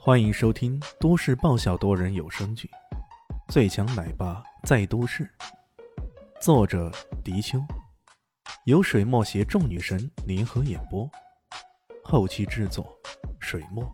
欢迎收听都市爆笑多人有声剧《最强奶爸在都市》，作者：迪秋，由水墨携众女神联合演播，后期制作：水墨。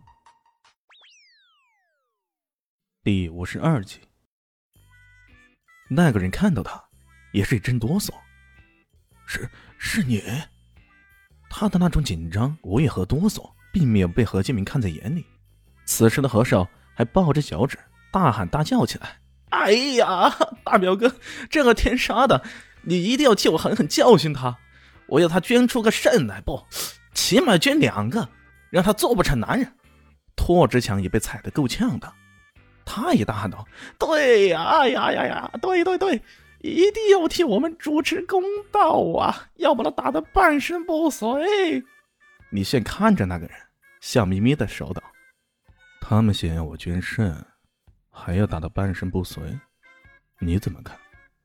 第52集。那个人看到他，也是一阵哆嗦。是你？他的那种紧张、无语和哆嗦，并没有被何建明看在眼里。此时的何少还抱着脚趾，大喊大叫起来：“哎呀，大表哥，这个天杀的，你一定要替我狠狠教训他！我要他捐出个肾来，不，起码捐2个，让他做不成男人。”拓志强也被踩得够呛的，他也大喊道：“对呀，哎呀，对，一定要替我们主持公道啊！要把他打得半身不遂。”李现看着那个人，笑眯眯地说道：“他们想要我捐肾，还要打得半身不遂，你怎么看？”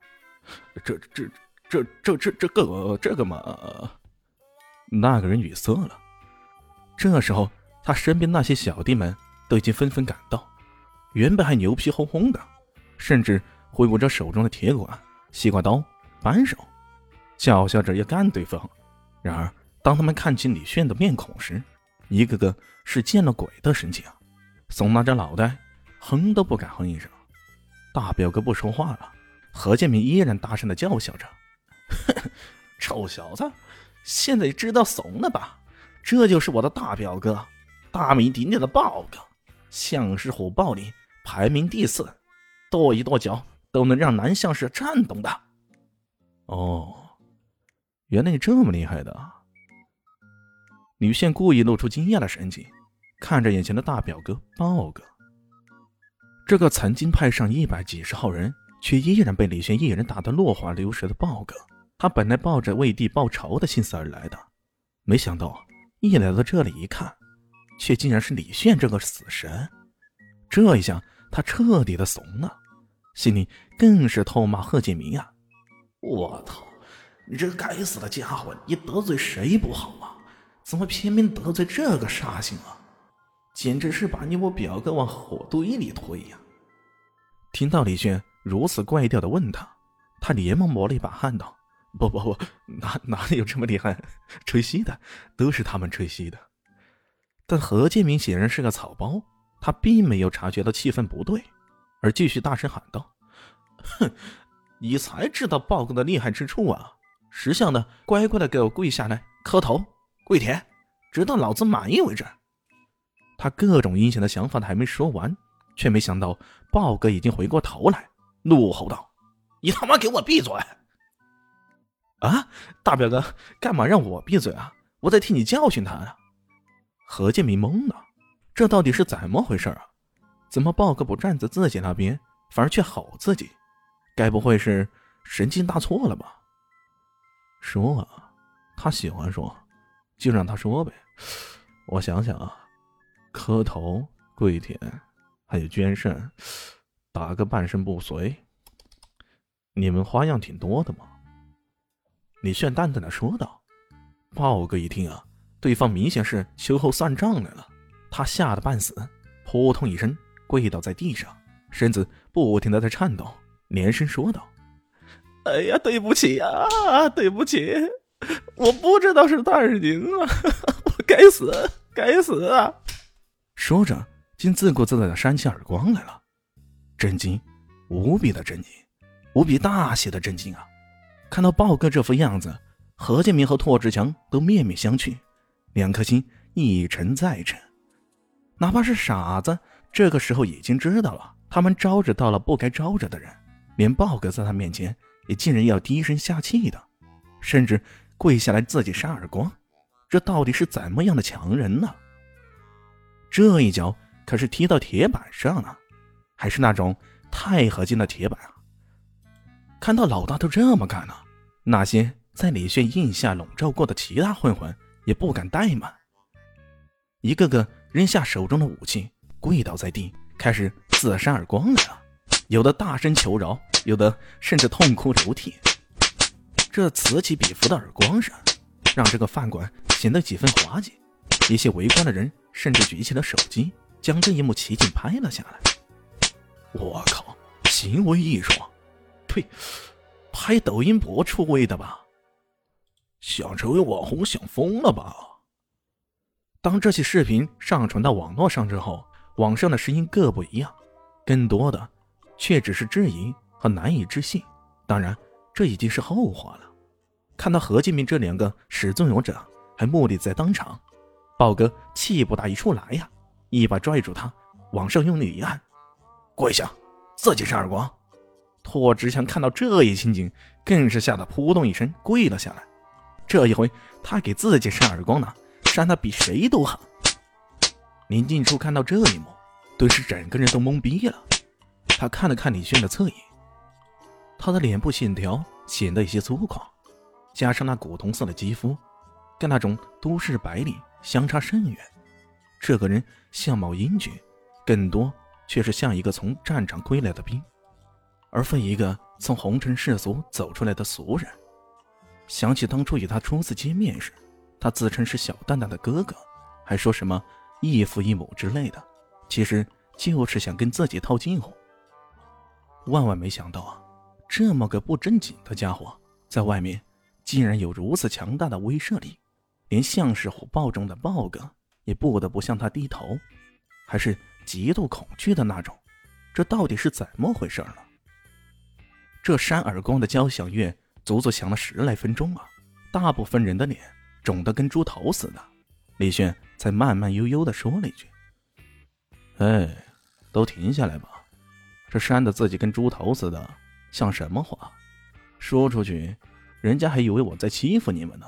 这个嘛……那个人语塞了。这时候，他身边那些小弟们都已经纷纷赶到，原本还牛皮哄哄的，甚至挥舞着手中的铁管、西瓜刀、扳手，叫嚣着要干对方。然而，当他们看清李炫的面孔时，一个个是见了鬼的神情啊！耸拉着脑袋，哼都不敢哼一声。大表哥不说话了，何建明依然大声地叫嚣着：“臭小子，现在知道怂了吧？这就是我的大表哥，大名鼎鼎的豹哥，相师虎豹里排名第4，跺一跺脚都能让男相士颤动的。”哦，原来你这么厉害的啊！吕宪故意露出惊讶的神情，看着眼前的大表哥豹哥。这个曾经派上100几十号人，却依然被李炫一人打得落花流水的豹哥，他本来抱着为弟报仇的心思而来的，没想到一来到这里一看，却竟然是李炫这个死神。这一下他彻底的怂了，心里更是痛骂贺建明啊：“我操，你这个该死的家伙，你得罪谁不好啊？怎么偏偏得罪这个煞星啊？简直是把你我表哥往火堆里推呀！”听到李炫如此怪调的问他，他连忙抹了一把汗道：“不，哪里有这么厉害？吹嘘的，都是他们吹嘘的。”但何建明显然是个草包，他并没有察觉到气氛不对，而继续大声喊道：“哼，你才知道豹哥的厉害之处啊！识相的乖乖的给我跪下来磕头跪舔，直到老子满意为止。”他各种阴险的想法还没说完，却没想到豹哥已经回过头来，怒吼道：“你他妈给我闭嘴！”啊，大表哥，干嘛让我闭嘴啊？我在替你教训他啊！何建明懵了，这到底是怎么回事啊？怎么豹哥不站在自己那边，反而却吼自己？该不会是神经大错了吧？说啊，他喜欢说，就让他说呗。我想想啊，磕头、跪舔，还有捐肾，打个半身不遂，你们花样挺多的嘛。李炫淡淡的说道。豹哥一听啊，对方明显是秋后算账来了，他吓得半死，扑通一声跪倒在地上，身子不停的在颤抖，连声说道：“哎呀，对不起啊，对不起，我不知道是大人您啊，我该死啊！”说着竟自顾自的扇起耳光来了。震惊，无比的震惊，无比大写的震惊啊！看到豹哥这副样子，何建明和拓志强都面面相觑，两颗心一沉再沉。哪怕是傻子，这个时候已经知道了，他们招惹到了不该招惹的人，连豹哥在他面前也竟然要低声下气的，甚至跪下来自己扇耳光，这到底是怎么样的强人呢？这一脚可是踢到铁板上了，还是那种钛合金的铁板啊！看到老大都这么干了，那些在李炫印下笼罩过的其他混混也不敢怠慢，一个个扔下手中的武器，跪倒在地，开始自扇耳光来了，有的大声求饶，有的甚至痛哭流涕。这此起彼伏的耳光声，让这个饭馆显得几分滑稽，一些围观的人甚至举起了手机， 将这一幕奇景拍了下来。我靠，行为艺术，呸，拍抖音博出位的吧？想成为网红想疯了吧？当这些视频上传到网络上之后，网上的声音各不一样，更多的却只是质疑和难以置信。当然，这已经是后话了。看到何建明这两个始作俑者还目立在当场，豹哥气不打一处来呀，一把拽住他，往上用力一按，跪下，自己扇耳光。拓之强看到这一情景，更是吓得扑通一声跪了下来。这一回他给自己扇耳光呢，扇得比谁都狠。林静初看到这一幕，顿时整个人都懵逼了。他看了看李轩的侧影，他的脸部线条显得有些粗犷，加上那古铜色的肌肤，跟那种都市白领相差甚远。这个人相貌英俊，更多却是像一个从战场归来的兵，而非一个从红尘世俗走出来的俗人。想起当初与他初次见面时，他自称是小蛋蛋的哥哥，还说什么异父异母之类的，其实就是想跟自己套近乎。万万没想到啊，这么个不正经的家伙在外面竟然有如此强大的威慑力，连像是虎豹中的豹哥也不得不向他低头，还是极度恐惧的那种。这到底是怎么回事呢？这扇耳光的交响乐足足响了10来分钟啊，大部分人的脸肿得跟猪头似的。李轩才慢慢悠悠地说了一句：哎，都停下来吧，这扇得自己跟猪头似的，像什么话？说出去人家还以为我在欺负你们呢。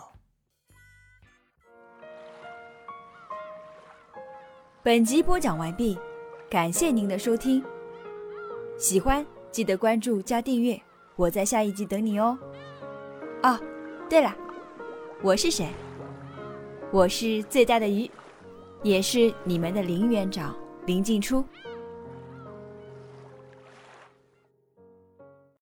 本集播讲完毕，感谢您的收听。喜欢记得关注加订阅，我在下一集等你哦。哦，对了，我是谁？我是最大的鱼，也是你们的林园长林静初。